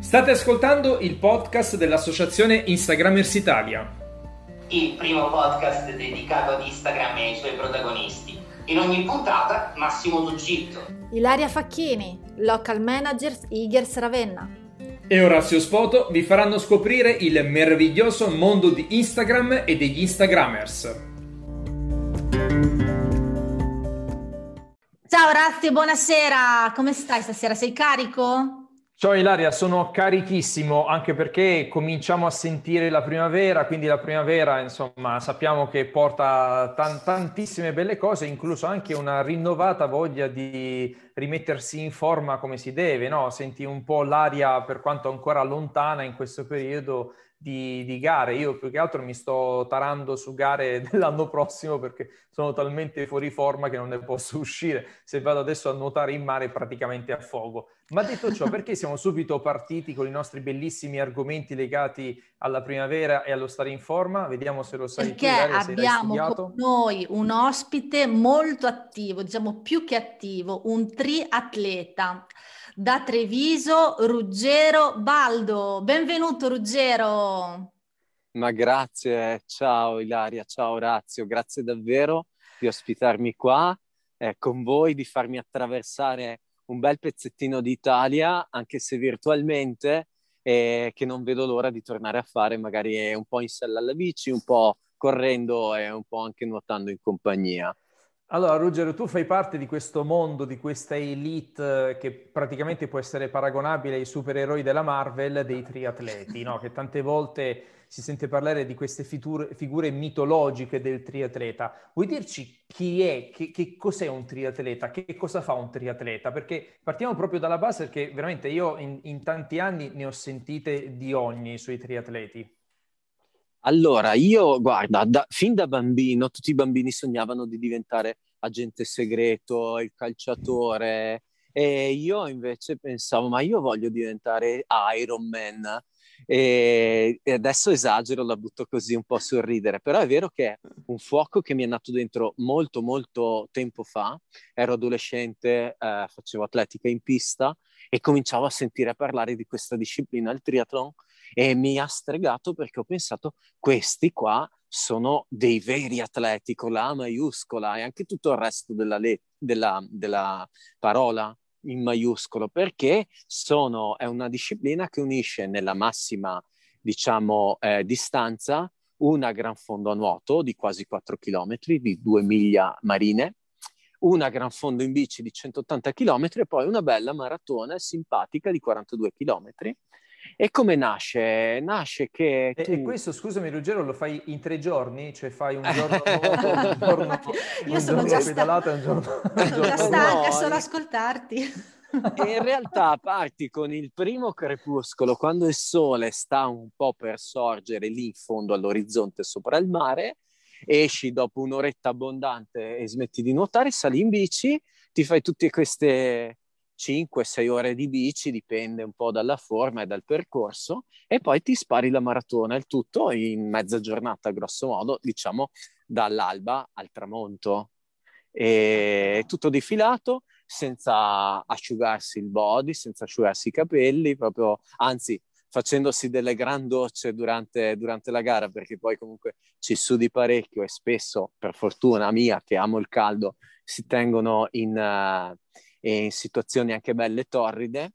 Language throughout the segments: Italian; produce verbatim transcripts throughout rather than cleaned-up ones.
State ascoltando il podcast dell'associazione Instagrammers Italia. Il primo podcast dedicato ad Instagram e ai suoi protagonisti. In ogni puntata Massimo Tuggitto, Ilaria Facchini, Local Manager Igers Ravenna e Orazio Spoto vi faranno scoprire il meraviglioso mondo di Instagram e degli Instagrammers. Ciao Orazio, buonasera, come stai stasera? Sei carico? Ciao Ilaria, sono carichissimo anche perché cominciamo a sentire la primavera, quindi la primavera insomma sappiamo che porta tan- tantissime belle cose, incluso anche una rinnovata voglia di rimettersi in forma come si deve, no? Senti un po' l'aria, per quanto ancora lontana in questo periodo, di, di gare. Io più che altro mi sto tarando su gare dell'anno prossimo perché sono talmente fuori forma che non ne posso uscire. Se vado adesso a nuotare in mare praticamente affogo. Ma detto ciò, perché siamo subito partiti con i nostri bellissimi argomenti legati alla primavera e allo stare in forma? Vediamo se lo sai tu, Perché Ilaria, se l'hai abbiamo studiato. con noi un ospite molto attivo, diciamo più che attivo, un triatleta da Treviso, Ruggero Baldo. Benvenuto Ruggero. Ma grazie, ciao Ilaria, ciao Orazio, grazie davvero di ospitarmi qua eh, con voi, di farmi attraversare un bel pezzettino d'Italia, anche se virtualmente, eh, che non vedo l'ora di tornare a fare, magari un po' in sella alla bici, un po' correndo e un po' anche nuotando in compagnia. Allora, Ruggero, tu fai parte di questo mondo, di questa elite eh, che praticamente può essere paragonabile ai supereroi della Marvel, dei triatleti, no? Che tante volte si sente parlare di queste fiture- figure mitologiche del triatleta. Vuoi dirci chi è, che, che cos'è un triatleta, che cosa fa un triatleta? Perché partiamo proprio dalla base, perché veramente io in, in tanti anni ne ho sentite di ogni sui triatleti. Allora, io, guarda, da- fin da bambino, tutti i bambini sognavano di diventare agente segreto, il calciatore, e io invece pensavo, ma io voglio diventare Iron Man. E, e adesso esagero, la butto così un po' a sorridere, però è vero che è un fuoco che mi è nato dentro molto, molto tempo fa. Ero adolescente, eh, facevo atletica in pista e cominciavo a sentire parlare di questa disciplina, il triathlon, e mi ha stregato perché ho pensato questi qua sono dei veri atleti con la A maiuscola e anche tutto il resto della, le- della, della parola in maiuscolo, perché sono, è una disciplina che unisce nella massima, diciamo, eh, distanza una gran fondo a nuoto di quasi quattro chilometri, di due miglia marine, una gran fondo in bici di centottanta chilometri e poi una bella maratona simpatica di quarantadue chilometri. E come nasce? Nasce che E, tu... e questo, scusami Ruggero, lo fai in tre giorni? Cioè fai un giorno nuoto, un giorno, Io un sono giorno già, sta- pedalata e un giorno, un sono già giorno stanca No, solo in ascoltarti. in realtà parti con il primo crepuscolo, quando il sole sta un po' per sorgere lì in fondo all'orizzonte sopra il mare, esci dopo un'oretta abbondante e smetti di nuotare, sali in bici, ti fai tutte queste cinque sei ore di bici, dipende un po' dalla forma e dal percorso, e poi ti spari la maratona, il tutto in mezza giornata, grosso modo, diciamo dall'alba al tramonto. E tutto defilato, senza asciugarsi il body, senza asciugarsi i capelli, proprio, anzi, facendosi delle gran docce durante, durante la gara, perché poi comunque ci sudi parecchio e spesso, per fortuna mia, che amo il caldo, si tengono in, uh, in situazioni anche belle torride.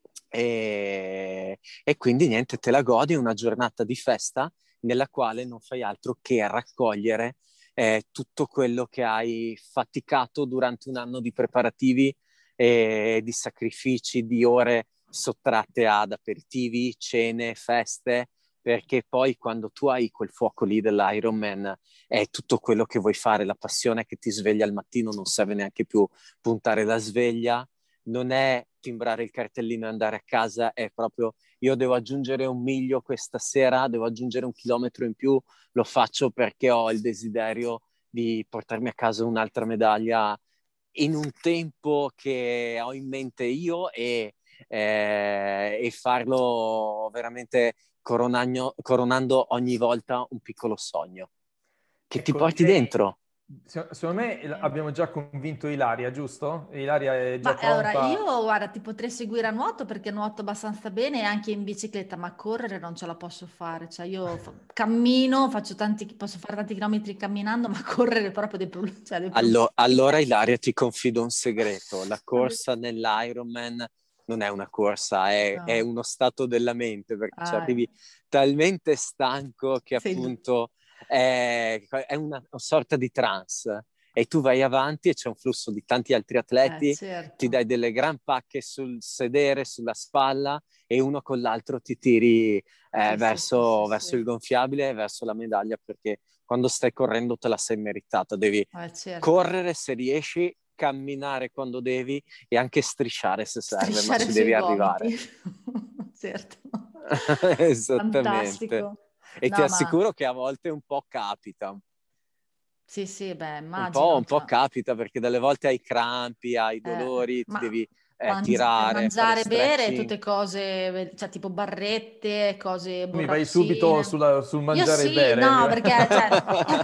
E, e quindi niente, te la godi una giornata di festa nella quale non fai altro che raccogliere eh, tutto quello che hai faticato durante un anno di preparativi e di sacrifici, di ore sottratte ad aperitivi, cene, feste, perché poi quando tu hai quel fuoco lì dell'Ironman è tutto quello che vuoi fare, la passione che ti sveglia al mattino, non serve neanche più puntare la sveglia, non è timbrare il cartellino e andare a casa, è proprio io devo aggiungere un miglio questa sera, devo aggiungere un chilometro in più, lo faccio perché ho il desiderio di portarmi a casa un'altra medaglia in un tempo che ho in mente io e, eh, e farlo veramente coronagno- coronando ogni volta un piccolo sogno che ti Ecco, porti c'è, dentro. Secondo me abbiamo già convinto Ilaria, giusto? Ilaria è già ma pronta. Allora, io guarda, ti potrei seguire a nuoto perché nuoto abbastanza bene e anche in bicicletta, ma correre non ce la posso fare. Cioè, io fa- cammino, faccio tanti, posso fare tanti chilometri camminando, ma correre proprio dei problemi. Cioè, dei problemi. Allo- allora, Ilaria, ti confido un segreto. La corsa nell'Ironman non è una corsa, è, No. è uno stato della mente, perché ci Ah, arrivi talmente stanco che Sì. appunto è, è una, una sorta di trance. E tu vai avanti e c'è un flusso di tanti altri atleti, eh, certo. ti dai delle gran pacche sul sedere, sulla spalla e uno con l'altro ti tiri eh, Sì, verso, sì, sì, verso sì. il gonfiabile e verso la medaglia, perché quando stai correndo te la sei meritata. Devi Eh, certo. correre se riesci, camminare quando devi e anche strisciare se serve, Strisciare ma ci sui devi gomiti. arrivare. Certo. Esattamente. Fantastico. E No, ti ma assicuro che a volte un po' capita. sì, sì, beh, Un po', immagino. un po' Cioè, capita perché dalle volte hai crampi, hai eh, dolori, ti ma devi eh, mangi- tirare, fare mangiare, bere, stretching. tutte cose, cioè tipo barrette, cose Quindi vai subito borraccine. sulla- sul Io mangiare e sì, bere. no, perché cioè,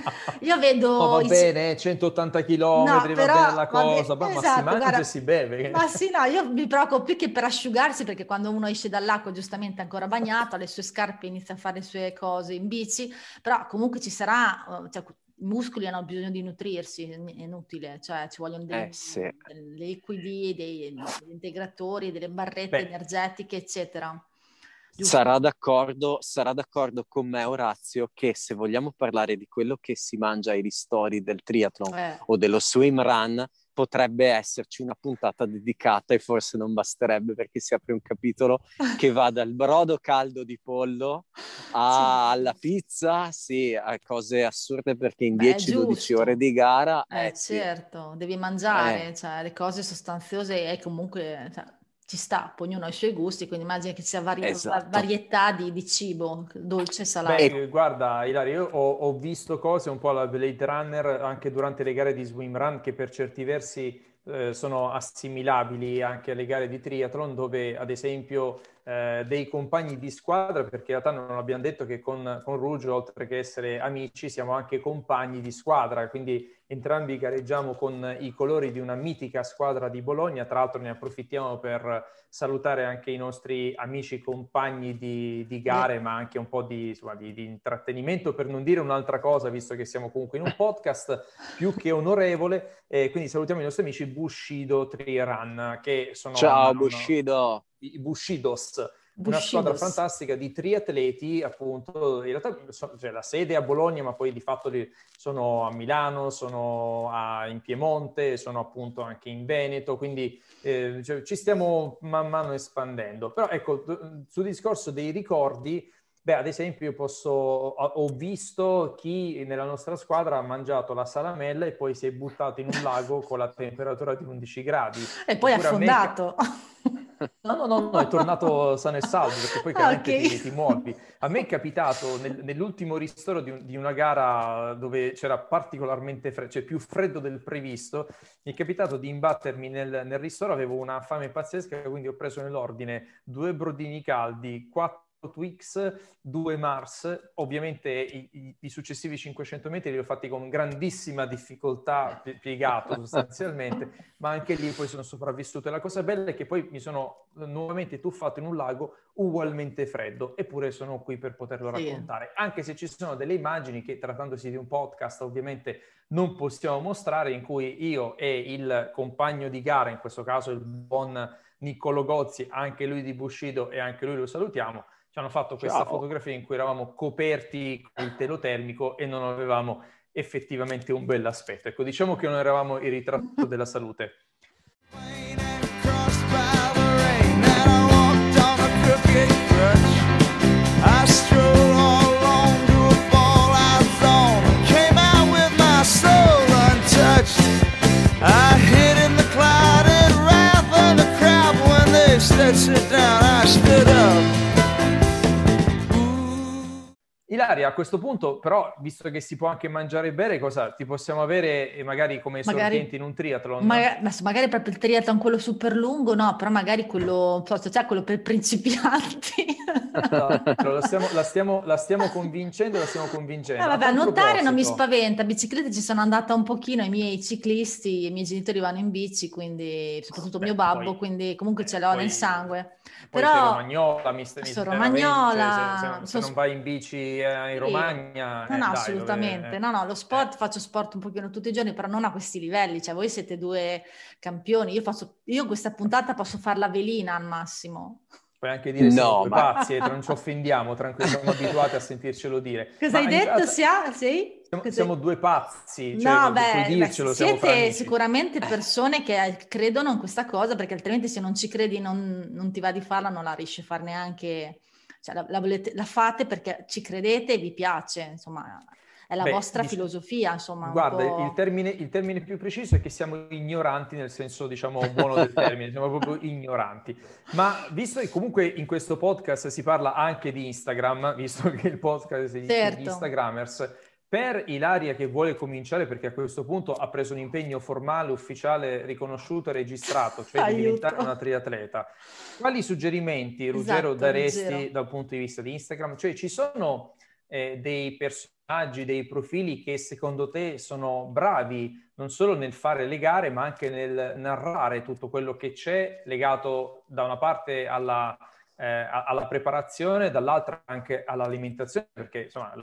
io No, vedo va i... ci- bene, centottanta No, chilometri, va bene però, la vabbè, cosa, ma, ma si esatto, mangia e guarda, si beve. ma sì, no, io mi preoccupo più che per asciugarsi, perché quando uno esce dall'acqua, giustamente ancora bagnato, ha le sue scarpe, inizia a fare le sue cose in bici, però comunque ci sarà, eh, cioè, i muscoli hanno bisogno di nutrirsi, è inutile, cioè ci vogliono Eh dei, sì. dei liquidi, dei, degli integratori, delle barrette Beh, energetiche, eccetera. Sarà Giusto? d'accordo, sarà d'accordo con me, Orazio, che se vogliamo parlare di quello che si mangia ai ristori del triathlon Eh, o dello swim run, potrebbe esserci una puntata dedicata e forse non basterebbe, perché si apre un capitolo che va dal brodo caldo di pollo sì. a- alla pizza, sì, a cose assurde, perché in Beh, è dieci dodici ore giusto. di gara, eh Eh, sì, certo, devi eh, mangiare, cioè le cose sostanziose e comunque cioè, ci sta, poi ognuno ha i suoi gusti, quindi immagino che ci sia vari- va- esatto. varietà di, di cibo, dolce e Beh, salato. eh, guarda, Ilaria, io ho, ho visto cose un po' alla Blade Runner anche durante le gare di swim run che per certi versi eh, sono assimilabili anche alle gare di triathlon, dove ad esempio eh, dei compagni di squadra, perché in realtà non abbiamo detto che con, con Rouge, oltre che essere amici, siamo anche compagni di squadra, quindi entrambi gareggiamo con i colori di una mitica squadra di Bologna. Tra l'altro ne approfittiamo per salutare anche i nostri amici compagni di, di gare, ma anche un po' di, insomma, di, di intrattenimento, per non dire un'altra cosa, visto che siamo comunque in un podcast più che onorevole. Eh, quindi salutiamo i nostri amici Bushido Tri-Run, che sono Ciao una, una, Bushido! i Bushidos, una squadra Bushidos. fantastica di triatleti, appunto. In realtà so, cioè, la sede è a Bologna, ma poi di fatto li, sono a Milano, sono a, in Piemonte, sono appunto anche in Veneto, quindi eh, cioè, ci stiamo man mano espandendo. Però ecco, sul discorso dei ricordi, beh, ad esempio io posso, ho, ho visto chi nella nostra squadra ha mangiato la salamella e poi si è buttato in un lago con la temperatura di undici gradi. E poi è Oppure a me... affondato. No, no, no, no, è tornato sano e salvo, perché poi Ah, chiaramente ok. ti, ti muovi. A me è capitato nel- nell'ultimo ristoro di, un- di una gara dove c'era particolarmente freddo, cioè più freddo del previsto, mi è capitato di imbattermi nel, nel ristoro, avevo una fame pazzesca, quindi ho preso nell'ordine due brodini caldi, quattro Twix, due Mars. Ovviamente i, i- i successivi cinquecento metri li ho fatti con grandissima difficoltà, pie- piegato sostanzialmente, ma anche lì poi sono sopravvissuto. E la cosa bella è che poi mi sono nuovamente tuffato in un lago ugualmente freddo, eppure sono qui per poterlo Sì. raccontare, anche se ci sono delle immagini che, trattandosi di un podcast, ovviamente non possiamo mostrare, in cui io e il compagno di gara, in questo caso il buon Niccolo Gozzi, anche lui di Bushido, e anche lui lo salutiamo, ci hanno fatto questa Ciao. fotografia in cui eravamo coperti con il telo termico e non avevamo effettivamente un bell'aspetto. Ecco, diciamo che non eravamo il ritratto della salute. Ilaria, a questo punto, però, visto che si può anche mangiare e bere, cosa ti possiamo avere eh, magari come Magari, sorgenti in un triathlon? maga- ma se magari proprio il triathlon quello super lungo, no, però magari quello, cioè quello per principianti. Esatto, la stiamo, la stiamo, la stiamo convincendo, la stiamo convincendo. Eh, A vabbè, tal nuotare non mi proposito, spaventa, bicicletta ci sono andata un pochino, i miei ciclisti, i miei genitori vanno in bici, quindi soprattutto mio beh, babbo, poi, quindi comunque ce eh, l'ho nel poi, sangue. poi sei Però romagnola, mi, st- mi sono veramente, cioè, se, se romagnola, non, se sono non vai in bici eh, in sì. Romagna, No, no, eh, dai, assolutamente. dove... No, no, lo eh, eh, sport, faccio sport un pochino tutti i giorni, però non a questi livelli. Cioè, voi siete due campioni. Io faccio, io questa puntata posso farla velina al massimo. puoi anche dire siamo No, due ma pazzi, e non ci offendiamo, tranquilli, siamo abituati a sentircelo dire. Cosa Ma hai in detto? realtà Sia? Sì? siamo, Cosa- siamo due pazzi, cioè No, puoi beh, beh, dircelo, siamo fra siete amici. sicuramente persone che credono in questa cosa, perché altrimenti se non ci credi non, non ti va di farla, non la riesci a fare neanche, cioè la, la volete- la fate perché ci credete e vi piace, insomma, è la Beh, vostra dic- filosofia, insomma, un guarda, il po'... termine, il termine più preciso è che siamo ignoranti nel senso, diciamo, buono del termine, siamo proprio ignoranti. Ma visto che comunque in questo podcast si parla anche di Instagram, visto che il podcast è di tutti Certo, Instagrammers, per Ilaria che vuole cominciare, perché a questo punto ha preso un impegno formale, ufficiale, riconosciuto e registrato, cioè di diventare aiuto. una triatleta, quali suggerimenti, Ruggero, Esatto, daresti Ruggero. dal punto di vista di Instagram? Cioè ci sono eh, dei personaggi, dei profili che secondo te sono bravi non solo nel fare le gare, ma anche nel narrare tutto quello che c'è legato da una parte alla, eh, alla preparazione, dall'altra anche all'alimentazione, perché insomma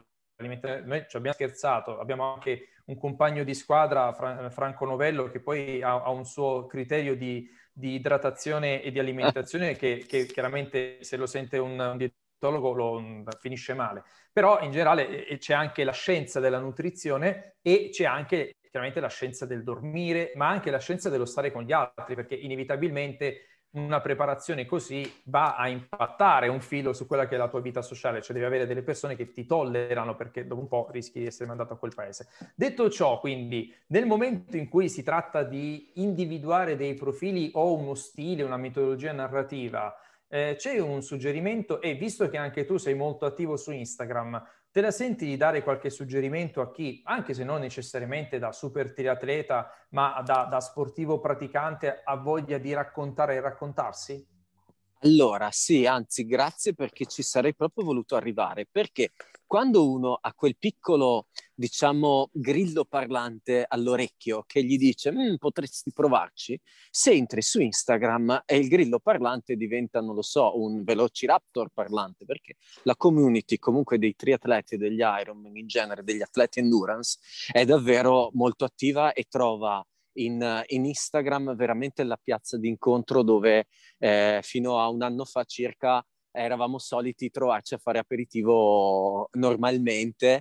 noi ci abbiamo scherzato, abbiamo anche un compagno di squadra, Fra- Franco Novello, che poi ha, ha un suo criterio di, di idratazione e di alimentazione che, che chiaramente se lo sente un, un dietologo lo finisce male. Però in generale eh, c'è anche la scienza della nutrizione e c'è anche chiaramente la scienza del dormire, ma anche la scienza dello stare con gli altri, perché inevitabilmente una preparazione così va a impattare un filo su quella che è la tua vita sociale, cioè devi avere delle persone che ti tollerano perché dopo un po' rischi di essere mandato a quel paese. Detto ciò, quindi, nel momento in cui si tratta di individuare dei profili o uno stile, una metodologia narrativa, eh, c'è un suggerimento e visto che anche tu sei molto attivo su Instagram, te la senti di dare qualche suggerimento a chi, anche se non necessariamente da super triatleta, ma da, da sportivo praticante, ha voglia di raccontare e raccontarsi? Allora, sì, anzi, grazie perché ci sarei proprio voluto arrivare, perché quando uno ha quel piccolo, diciamo, grillo parlante all'orecchio che gli dice mm, potresti provarci, se entri su Instagram e il grillo parlante diventa, non lo so, un velociraptor parlante, perché la community comunque dei triatleti e degli Ironman, in genere degli atleti endurance, è davvero molto attiva e trova In, in Instagram veramente la piazza d'incontro dove eh, fino a un anno fa circa eravamo soliti trovarci a fare aperitivo normalmente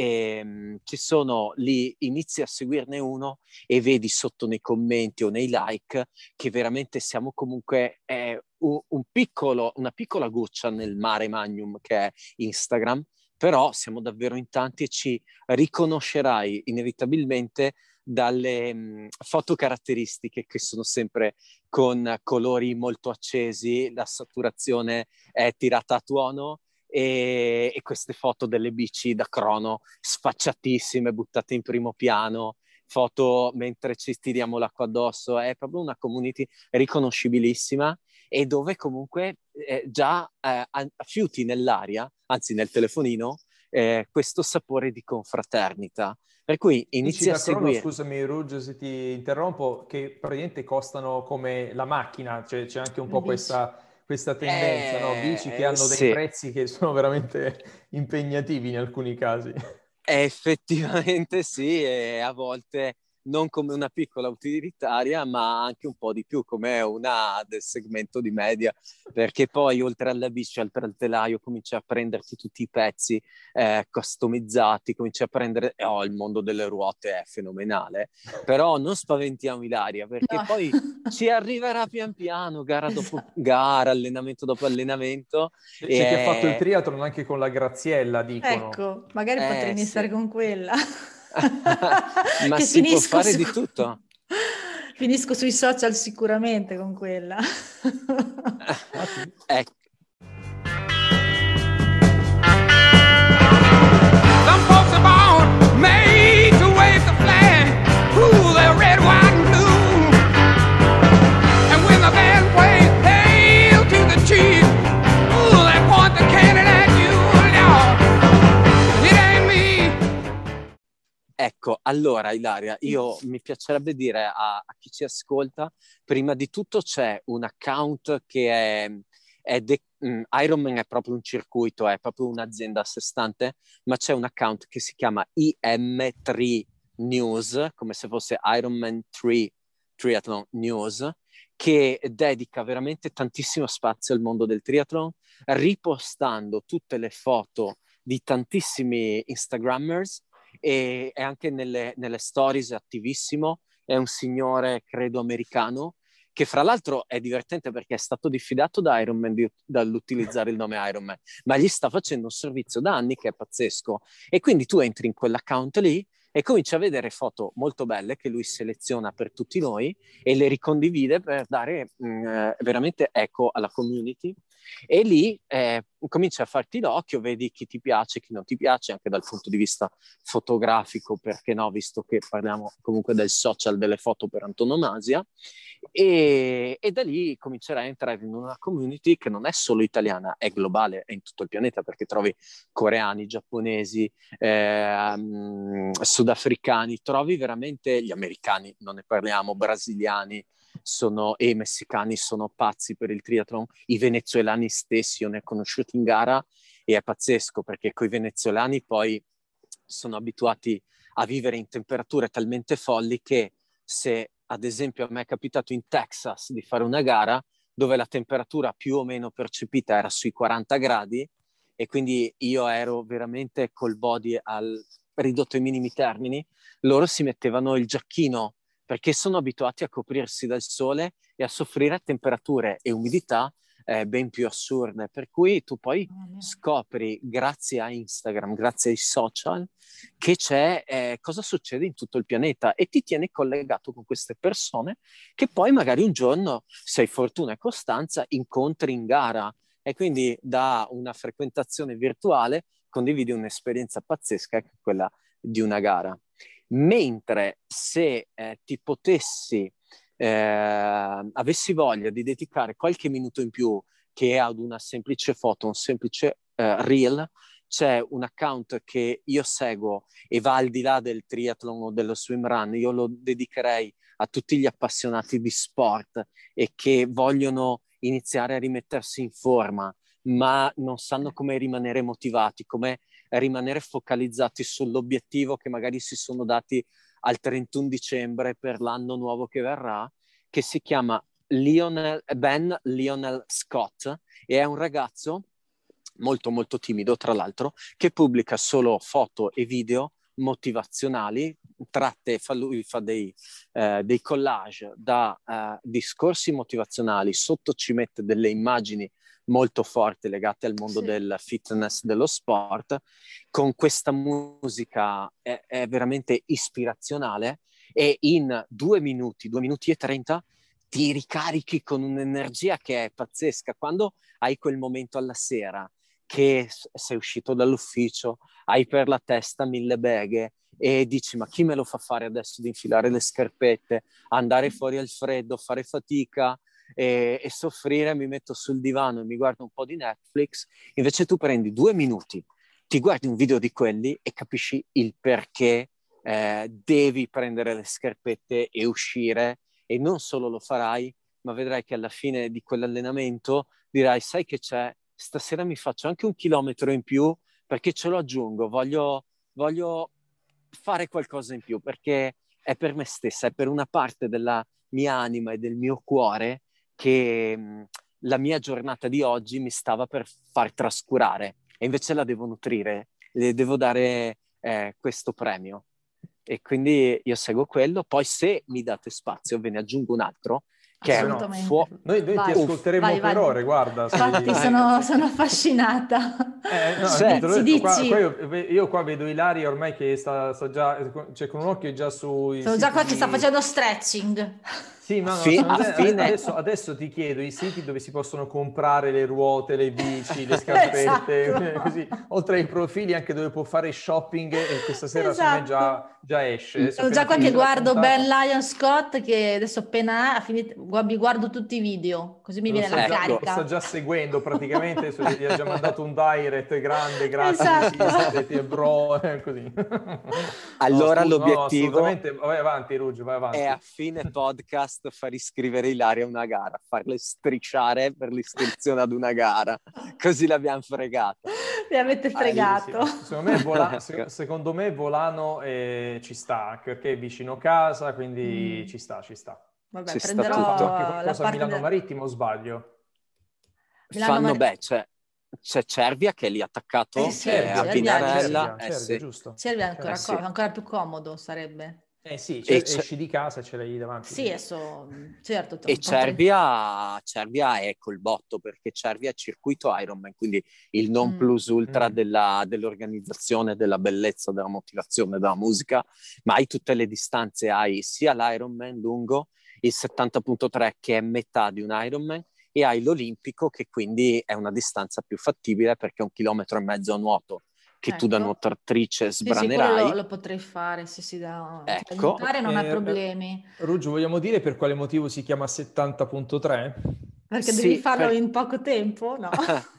e mh, ci sono lì, inizi a seguirne uno e vedi sotto nei commenti o nei like che veramente siamo comunque eh, un, un piccolo, una piccola goccia nel mare magnum che è Instagram, però siamo davvero in tanti e ci riconoscerai inevitabilmente dalle mh, foto caratteristiche che sono sempre con colori molto accesi, la saturazione è tirata a tuono e, e queste foto delle bici da crono sfacciatissime, buttate in primo piano, foto mentre ci tiriamo l'acqua addosso, è proprio una community riconoscibilissima e dove comunque eh, già eh, affiuti nell'aria, anzi nel telefonino, eh, questo sapore di confraternita. Per cui inizi a seguire. Scusami Rugge se ti interrompo, che praticamente costano come la macchina, cioè c'è anche un po' questa, questa tendenza, eh, no? Bici che hanno sì. dei prezzi che sono veramente impegnativi in alcuni casi. Effettivamente sì, e a volte non come una piccola utilitaria, ma anche un po' di più, come una del segmento di media, perché poi oltre alla bici, oltre al telaio, cominci a prenderti tutti i pezzi eh, customizzati, cominci a prendere... Oh, il mondo delle ruote è fenomenale, però non spaventiamo Ilaria, perché No. poi ci arriverà pian piano, gara dopo Esatto. gara, allenamento dopo allenamento. C'è e... chi ha fatto il triathlon anche con la Graziella, dicono. Ecco, magari Eh, potrei iniziare sì. con quella. Ma Che si può finisco fare su- di tutto. Finisco sui social sicuramente con quella. Ecco. Allora, Ilaria, io mi piacerebbe dire a, a chi ci ascolta, prima di tutto c'è un account che è, è de- mm, Ironman è proprio un circuito, è proprio un'azienda a sé stante, ma c'è un account che si chiama I M tre News, come se fosse Ironman tre Triathlon News, che dedica veramente tantissimo spazio al mondo del triathlon, ripostando tutte le foto di tantissimi Instagrammers e è anche nelle, nelle stories è attivissimo. È un signore, credo, americano, che fra l'altro è divertente perché è stato diffidato da Ironman di, dall'utilizzare il nome Ironman, ma gli sta facendo un servizio da anni che è pazzesco. E quindi tu entri in quell'account lì e cominci a vedere foto molto belle che lui seleziona per tutti noi e le ricondivide per dare mh, veramente eco alla community. E lì eh, cominci a farti l'occhio, vedi chi ti piace, chi non ti piace, anche dal punto di vista fotografico, perché no, visto che parliamo comunque del social delle foto per antonomasia, e, e da lì comincerai a entrare in una community che non è solo italiana, è globale, è in tutto il pianeta, perché trovi coreani, giapponesi, eh, sudafricani, trovi veramente gli americani, non ne parliamo, brasiliani, sono, e i messicani sono pazzi per il triathlon, i venezuelani stessi, io ne ho conosciuti in gara e è pazzesco perché coi venezuelani poi sono abituati a vivere in temperature talmente folli che se ad esempio a me è capitato in Texas di fare una gara dove la temperatura più o meno percepita era sui quaranta gradi e quindi io ero veramente col body al ridotto ai minimi termini, loro si mettevano il giacchino perché sono abituati a coprirsi dal sole e a soffrire a temperature e umidità eh, ben più assurde. Per cui tu poi scopri, grazie a Instagram, grazie ai social, che c'è eh, cosa succede in tutto il pianeta e ti tieni collegato con queste persone che poi magari un giorno, se hai fortuna e costanza, incontri in gara. E quindi da una frequentazione virtuale condividi un'esperienza pazzesca che è quella di una gara. Mentre se eh, ti potessi, eh, avessi voglia di dedicare qualche minuto in più che ad una semplice foto, un semplice eh, reel, c'è un account che io seguo e va al di là del triathlon o dello swimrun, io lo dedicherei a tutti gli appassionati di sport e che vogliono iniziare a rimettersi in forma, ma non sanno come rimanere motivati, come rimanere focalizzati sull'obiettivo che magari si sono dati al trentuno dicembre per l'anno nuovo che verrà, che si chiama Lionel, Ben Lionel Scott e è un ragazzo molto molto timido, tra l'altro, che pubblica solo foto e video motivazionali, tratte, fa lui fa dei, eh, dei collage da eh, discorsi motivazionali, sotto ci mette delle immagini molto forti legate al mondo sì. del fitness, dello sport, con questa musica è, è veramente ispirazionale e in due minuti, due minuti e trenta ti ricarichi con un'energia che è pazzesca. Quando hai quel momento alla sera che sei uscito dall'ufficio, hai per la testa mille beghe e dici ma chi me lo fa fare adesso di infilare le scarpette, andare fuori al freddo, fare fatica e, e soffrire, mi metto sul divano e mi guardo un po' di Netflix, invece tu prendi due minuti, ti guardi un video di quelli e capisci il perché eh, devi prendere le scarpette e uscire e non solo lo farai, ma vedrai che alla fine di quell'allenamento dirai sai che c'è? Stasera mi faccio anche un chilometro in più perché ce lo aggiungo, voglio, voglio fare qualcosa in più perché è per me stessa, è per una parte della mia anima e del mio cuore che mh, la mia giornata di oggi mi stava per far trascurare e invece la devo nutrire, le devo dare eh, questo premio e quindi io seguo quello, poi se mi date spazio ve ne aggiungo un altro che è un fu- noi, noi ti ascolteremo vai, per vai. ore, guarda. Infatti sei... sono, sono affascinata. Eh, no, sì, appunto, dici, dici. Qua, qua io, io qua vedo Ilaria ormai che sta, sta già, cioè con un occhio già sui... Sono già qua che sta facendo stretching. Sì, ma A no, fi- sono- a fine- adesso, adesso ti chiedo i siti dove si possono comprare le ruote, le bici, le scarpette, Esatto. così, oltre ai profili anche dove può fare shopping e questa sera secondo me Esatto. già, già esce. Adesso Ho già appena qua che finisce la guardo Ben puntata- Lion Scott, che adesso appena ha finito, gu- mi guardo tutti i video, così mi Lo viene sto la già, lo carica. sto già seguendo praticamente, adesso gli ha già mandato un direct grande, grazie, Esatto. sister, e bro, eh, così. Allora No, scusa, no, no, l'obiettivo assolutamente, vai avanti Ruggio, vai è a avanti. fine podcast far iscrivere Ilaria a una gara, farle strisciare per l'iscrizione ad una gara, così l'abbiamo fregata. Mi avete fregato. Bellissimo. Secondo me, Vola- se- secondo me Volano eh, ci sta, anche perché è vicino casa, quindi Mm. ci sta, ci sta. Vabbè, Ci sta prenderò tutto. Fanno anche la qualcosa a parte Milano del- Marittimo, o sbaglio? Milano Fanno, Mar- beh, c'è, c'è Cervia che è lì attaccato Eh sì, eh, a Cervia, Pinarella, Cervia, eh Cervia, sì. giusto. Cervia è ancora, Eh sì. co- ancora più comodo sarebbe. Eh sì, E cioè, c'è- esci di casa e ce l'hai davanti. Sì, adesso, certo. E un po' Cervia, Cervia è col botto perché Cervia è circuito Ironman, quindi il non Mm. plus ultra Mm. della- dell'organizzazione, della bellezza, della motivazione, della musica, ma hai tutte le distanze, hai sia l'Ironman lungo, il settanta virgola tre che è metà di un Ironman, e hai l'Olimpico che quindi è una distanza più fattibile perché è un chilometro e mezzo a nuoto, che tu da Ecco. nuotatrice Sì, sì, quello sbranerai. lo, lo potrei fare, sì, sì, da, cioè, Ecco. nuotare non ha Eh, problemi, Ruggio, vogliamo dire per quale motivo si chiama settanta virgola tre? perché Sì, devi farlo per- in poco tempo, no?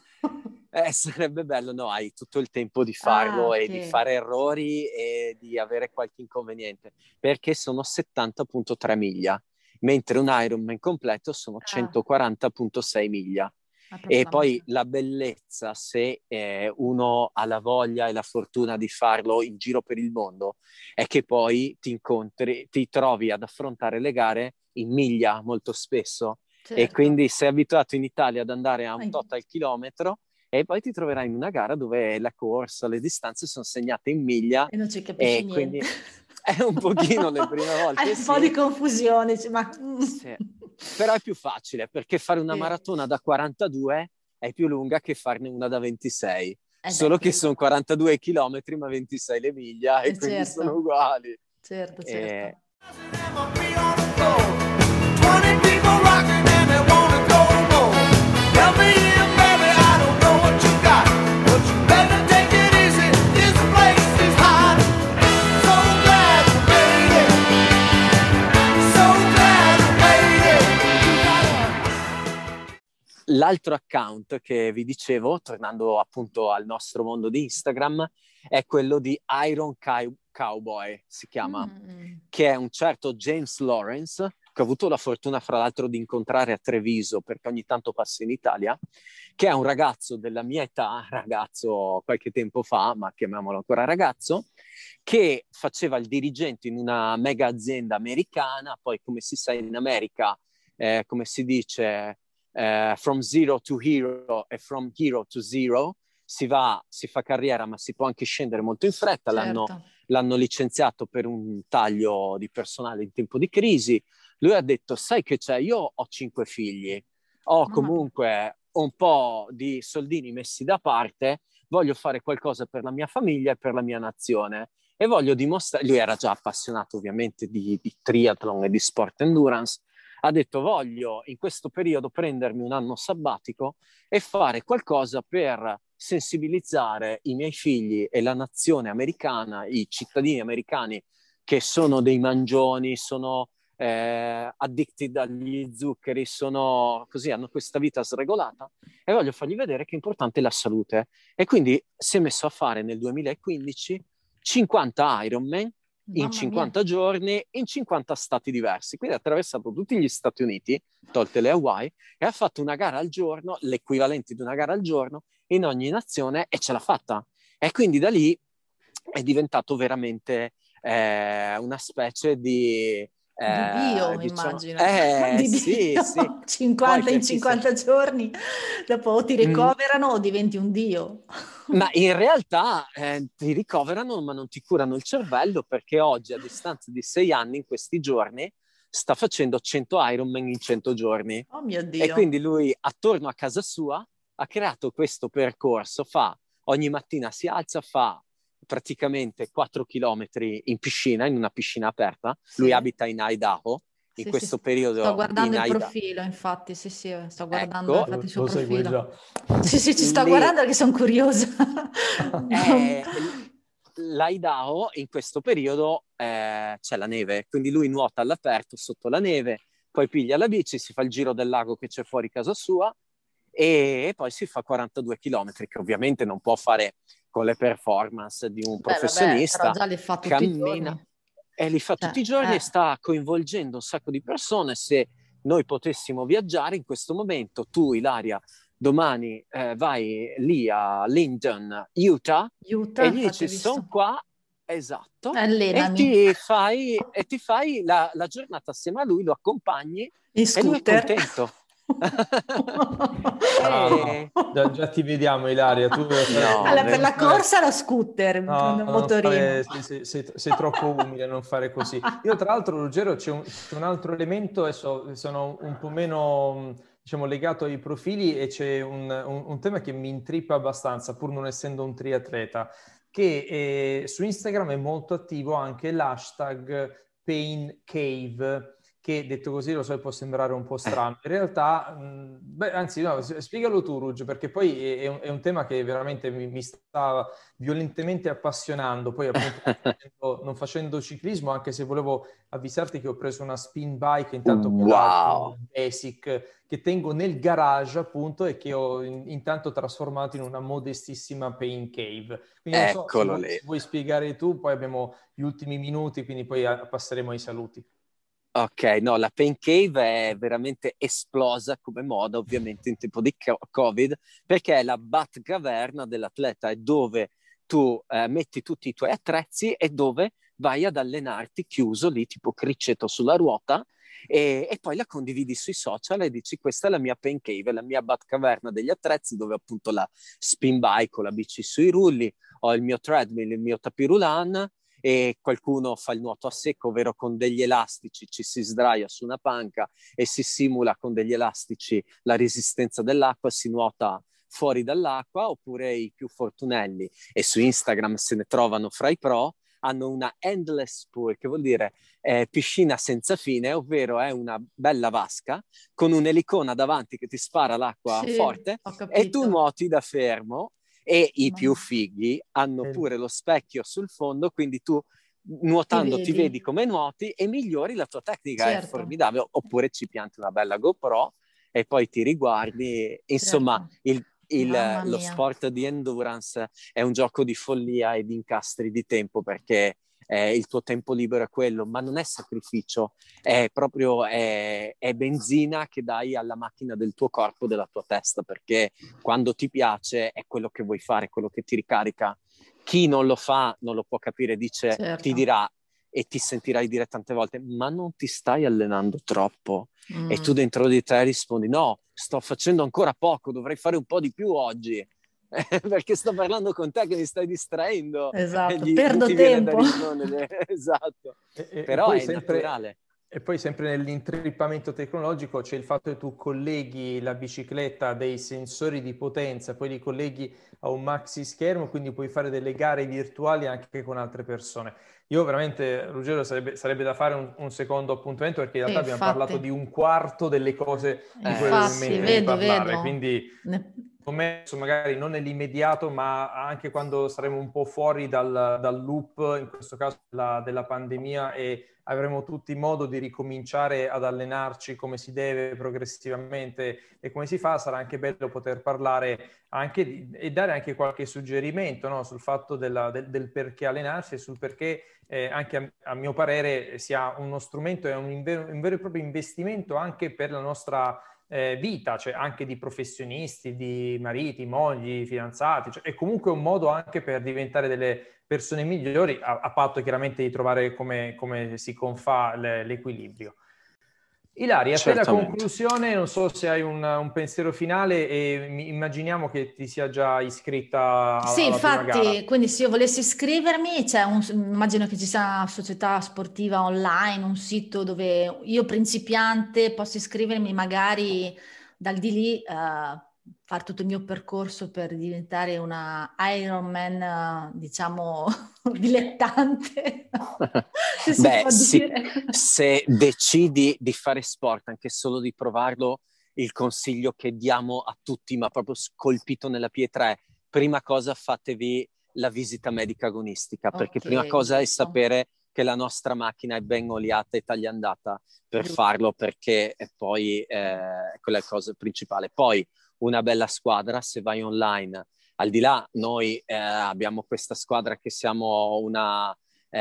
Eh, sarebbe bello, no, hai tutto il tempo di farlo Ah, e ok. di fare errori e di avere qualche inconveniente, perché sono settanta virgola tre miglia, mentre un Ironman completo sono Ah. centoquaranta virgola sei miglia. Ah, proprio E la poi macchina. la bellezza, se eh, uno ha la voglia e la fortuna di farlo in giro per il mondo, è che poi ti incontri, ti trovi ad affrontare le gare in miglia molto spesso. E Certo. quindi sei abituato in Italia ad andare a un Ai- tot al chilometro e poi ti troverai in una gara dove la corsa, le distanze sono segnate in miglia E non ci capisci e quindi niente. è un pochino le prime volte, Hai un sì. po' di confusione, dici, ma... Sì. Però è più facile perché fare una Sì. maratona da quarantadue è più lunga che farne una da ventisei. Eh Solo beh, che sì. sono quarantadue chilometri ma ventisei le miglia e Eh, quindi certo. sono uguali. Certo, E- certo. twenty people rocking and they wanna go more. Tell me in, baby, I don't know what you got, but you better take it easy. This place is hot. So glad you made it. So glad you made it. L'altro account che vi dicevo, tornando appunto al nostro mondo di Instagram, è quello di Iron Cow- Cowboy, si chiama, Mm. che è un certo James Lawrence, che ho avuto la fortuna fra l'altro di incontrare a Treviso, perché ogni tanto passa in Italia, che è un ragazzo della mia età, ragazzo qualche tempo fa, ma chiamiamolo ancora ragazzo, che faceva il dirigente in una mega azienda americana, poi come si sa in America, eh, come si dice, eh, from zero to hero e from hero to zero, si va, si fa carriera, ma si può anche scendere molto in fretta. L'hanno, Certo. l'hanno licenziato per un taglio di personale in tempo di crisi. Lui ha detto, sai che c'è, io ho cinque figli, ho Mamma comunque un po' di soldini messi da parte, voglio fare qualcosa per la mia famiglia e per la mia nazione e voglio dimostrare, lui era già appassionato ovviamente di, di triathlon e di sport endurance, ha detto voglio in questo periodo prendermi un anno sabbatico e fare qualcosa per sensibilizzare i miei figli e la nazione americana, i cittadini americani che sono dei mangioni, sono eh, addicted agli zuccheri, sono così, hanno questa vita sregolata e voglio fargli vedere che è importante la salute. E quindi si è messo a fare nel duemilaquindici cinquanta Ironman in Mamma cinquanta mia. giorni in cinquanta stati diversi. Quindi ha attraversato tutti gli Stati Uniti, tolte le Hawaii, e ha fatto una gara al giorno, l'equivalente di una gara al giorno in ogni nazione e ce l'ha fatta. E quindi da lì è diventato veramente eh, una specie di... Di eh, Dio, diciamo, immagino. eh, Di sì, Dio. sì. cinquanta Poi in per chi cinquanta giorni, dopo o ti Mm. ricoverano o diventi un Dio. Ma in realtà eh, ti ricoverano ma non ti curano il cervello perché oggi a distanza di sei anni in questi giorni sta facendo cento Ironman in cento giorni Oh mio e Dio. quindi lui attorno a casa sua ha creato questo percorso, fa ogni mattina si alza, fa praticamente quattro chilometri in piscina, in una piscina aperta, Sì. lui abita in Idaho in Sì, questo sì, periodo sto guardando in il Aida. profilo, infatti, sì, sì, sto guardando Ecco, infatti Lo, il suo lo segui profilo. già. Sì, sì, ci sto le, guardando perché sono curiosa. eh, l'Idaho in questo periodo eh, c'è la neve, quindi lui nuota all'aperto sotto la neve, poi piglia la bici, si fa il giro del lago che c'è fuori casa sua e poi si fa quarantadue chilometri, che ovviamente non può fare con le performance di un Beh, vabbè, però professionista, già li fa tutti i cammina giorni. e li fa Cioè, tutti i giorni e eh, sta coinvolgendo un sacco di persone. Se noi potessimo viaggiare in questo momento, tu Ilaria, domani eh, vai lì a Linden, Utah, Utah, e gli infatti, dici ho sono visto. qua, esatto, e Allenami ti fai, e ti fai la, la giornata assieme a lui, lo accompagni in e lui è scooter. contento. Ah, E... no, già, già ti vediamo, Ilaria. Tu No, Allora, sarebbe per non la fare. corsa lo scooter, No, un non motorino. fare, sei, sei- sei- sei troppo umile, non fare così. Io, tra l'altro, Ruggero, c'è un, c'è un altro elemento, adesso sono un po' meno, mh, diciamo, legato ai profili e c'è un, un- un tema che mi intrippa abbastanza, pur non essendo un triatleta, che eh, su Instagram è molto attivo anche l'hashtag Pain Cave, che detto così lo so può sembrare un po' strano. In realtà, mh, beh, anzi, no, s- spiegalo tu, Rugge, perché poi è, è un, è un tema che veramente mi, mi sta violentemente appassionando. Poi, appunto, non facendo, non facendo ciclismo, anche se volevo avvisarti che ho preso una spin bike, intanto quella wow, basic, che tengo nel garage, appunto, e che ho in- intanto trasformato in una modestissima pain cave. Quindi non so se eccolo vuoi, lì. se vuoi spiegare tu, poi abbiamo gli ultimi minuti, quindi poi eh, passeremo ai saluti. Ok, no, la Pain Cave è veramente esplosa come moda, ovviamente in tempo di co- Covid, perché è la Batcaverna dell'atleta, è dove tu eh, metti tutti i tuoi attrezzi e dove vai ad allenarti chiuso lì, tipo criceto sulla ruota, e, e poi la condividi sui social e dici questa è la mia Pain Cave, la mia Batcaverna degli attrezzi, dove appunto la spin bike o la bici sui rulli, ho il mio treadmill, il mio tapirulan, e qualcuno fa il nuoto a secco, ovvero con degli elastici ci si sdraia su una panca e si simula con degli elastici la resistenza dell'acqua, si nuota fuori dall'acqua, oppure i più fortunelli, e su Instagram se ne trovano fra i pro, hanno una endless pool, che vuol dire eh, piscina senza fine, ovvero è una bella vasca con un'elicona davanti che ti spara l'acqua Sì, forte ho e tu capito. nuoti da fermo, e i più Ma- fighi hanno Eh, pure lo specchio sul fondo, quindi tu Ti nuotando ti vedi? vedi come nuoti e migliori la tua tecnica, è Certo, formidabile. Oppure ci pianti una bella GoPro e poi ti riguardi. Insomma, certo. il, il- Mamma lo mia. sport di endurance è un gioco di follia e di incastri di tempo, perché eh, il tuo tempo libero è quello, ma non è sacrificio, è proprio è, è benzina che dai alla macchina del tuo corpo, della tua testa, perché quando ti piace è quello che vuoi fare, quello che ti ricarica. Chi non lo fa non lo può capire, dice, ti Certo. dirà e ti sentirai dire tante volte, ma non ti stai allenando troppo? E tu Mm, dentro di te rispondi, no, sto facendo ancora poco, dovrei fare un po' di più oggi, perché sto parlando con te che mi stai distraendo. E esatto, gli, gli perdo ti viene da tempo. rispondere, esatto, E, e- e però poi è sempre, naturale. e poi sempre nell'intrippamento tecnologico c'è il fatto che tu colleghi la bicicletta a dei sensori di potenza, poi li colleghi a un maxi schermo, quindi puoi fare delle gare virtuali anche con altre persone. Io veramente, Ruggero, sarebbe, sarebbe da fare un, un secondo appuntamento perché in Sì, realtà abbiamo parlato infatti. di un quarto delle cose di cui Eh avevo in Infatti, mente di sì, vedo, parlare, vedo. quindi Ne- commesso magari non nell'immediato, ma anche quando saremo un po' fuori dal, dal loop, in questo caso della, della pandemia, e avremo tutti modo di ricominciare ad allenarci come si deve progressivamente e come si fa, sarà anche bello poter parlare anche di, e dare anche qualche suggerimento, no, sul fatto della, del, del perché allenarsi e sul perché eh, anche a, a mio parere sia uno strumento e un, un vero e proprio investimento anche per la nostra eh, vita, cioè anche di professionisti, di mariti, mogli, fidanzati, cioè, è comunque un modo anche per diventare delle persone migliori, a, a patto chiaramente di trovare come, come si confà le, l'equilibrio. Ilaria, per la certamente. conclusione, non so se hai un, un pensiero finale e mi- immaginiamo che ti sia già iscritta alla, Sì, alla prima gara. infatti, quindi se io volessi iscrivermi, c'è un, immagino che ci sia una società sportiva online, un sito dove io principiante posso iscrivermi magari dal di lì, eh, fare tutto il mio percorso per diventare una Ironman, diciamo, dilettante. Se si Beh, può sì, dire. se decidi di fare sport, anche solo di provarlo, il consiglio che diamo a tutti, ma proprio scolpito nella pietra, è: prima cosa fatevi la visita medica agonistica, perché Ok, prima cosa è giusto. sapere che la nostra macchina è ben oliata e tagliandata per Giusto. farlo, perché è poi eh, quella è la cosa principale. Poi una bella squadra, se vai online, al di là, noi eh, abbiamo questa squadra che siamo una,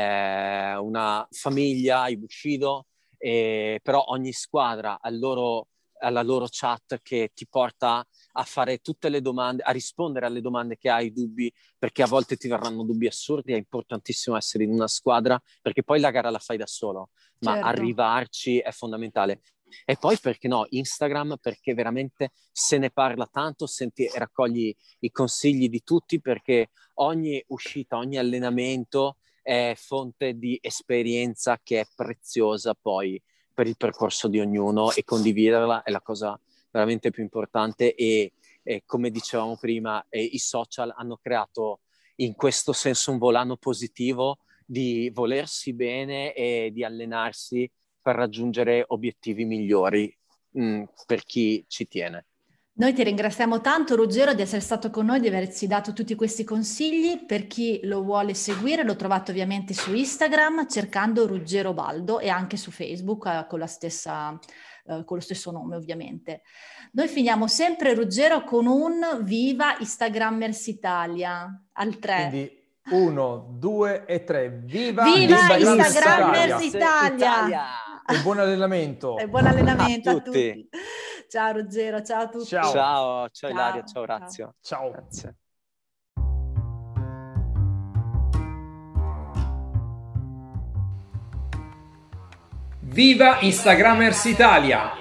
eh, una famiglia, i Bushido, eh, però ogni squadra ha il loro, alla loro chat che ti porta a fare tutte le domande, a rispondere alle domande che hai, dubbi, perché a volte ti verranno dubbi assurdi. È importantissimo essere in una squadra, perché poi la gara la fai da solo, ma Certo. arrivarci è fondamentale. E poi perché no, Instagram, perché veramente se ne parla tanto, senti, raccogli i consigli di tutti, perché ogni uscita, ogni allenamento è fonte di esperienza che è preziosa poi per il percorso di ognuno, e condividerla è la cosa veramente più importante. E, e come dicevamo prima, eh, i social hanno creato in questo senso un volano positivo di volersi bene e di allenarsi per raggiungere obiettivi migliori mh, per chi ci tiene. Noi ti ringraziamo tanto, Ruggero, di essere stato con noi, di averci dato tutti questi consigli. Per chi lo vuole seguire, lo trovate ovviamente su Instagram cercando Ruggero Baldo, e anche su Facebook eh, con la stessa, eh, con lo stesso nome, ovviamente. Noi finiamo sempre, Ruggero, con un viva Instagrammers Italia al tre. Quindi uno, due e tre. Viva, Viva Instagrammers Instagrammers Italia. Italia! E buon allenamento. E buon allenamento a, A tutti. tutti. Ciao Ruggero, ciao a tutti. Ciao. Ciao, ciao Ciao, Ilaria, ciao ciao. Orazio. Ciao. Grazie. Viva Instagrammers Italia!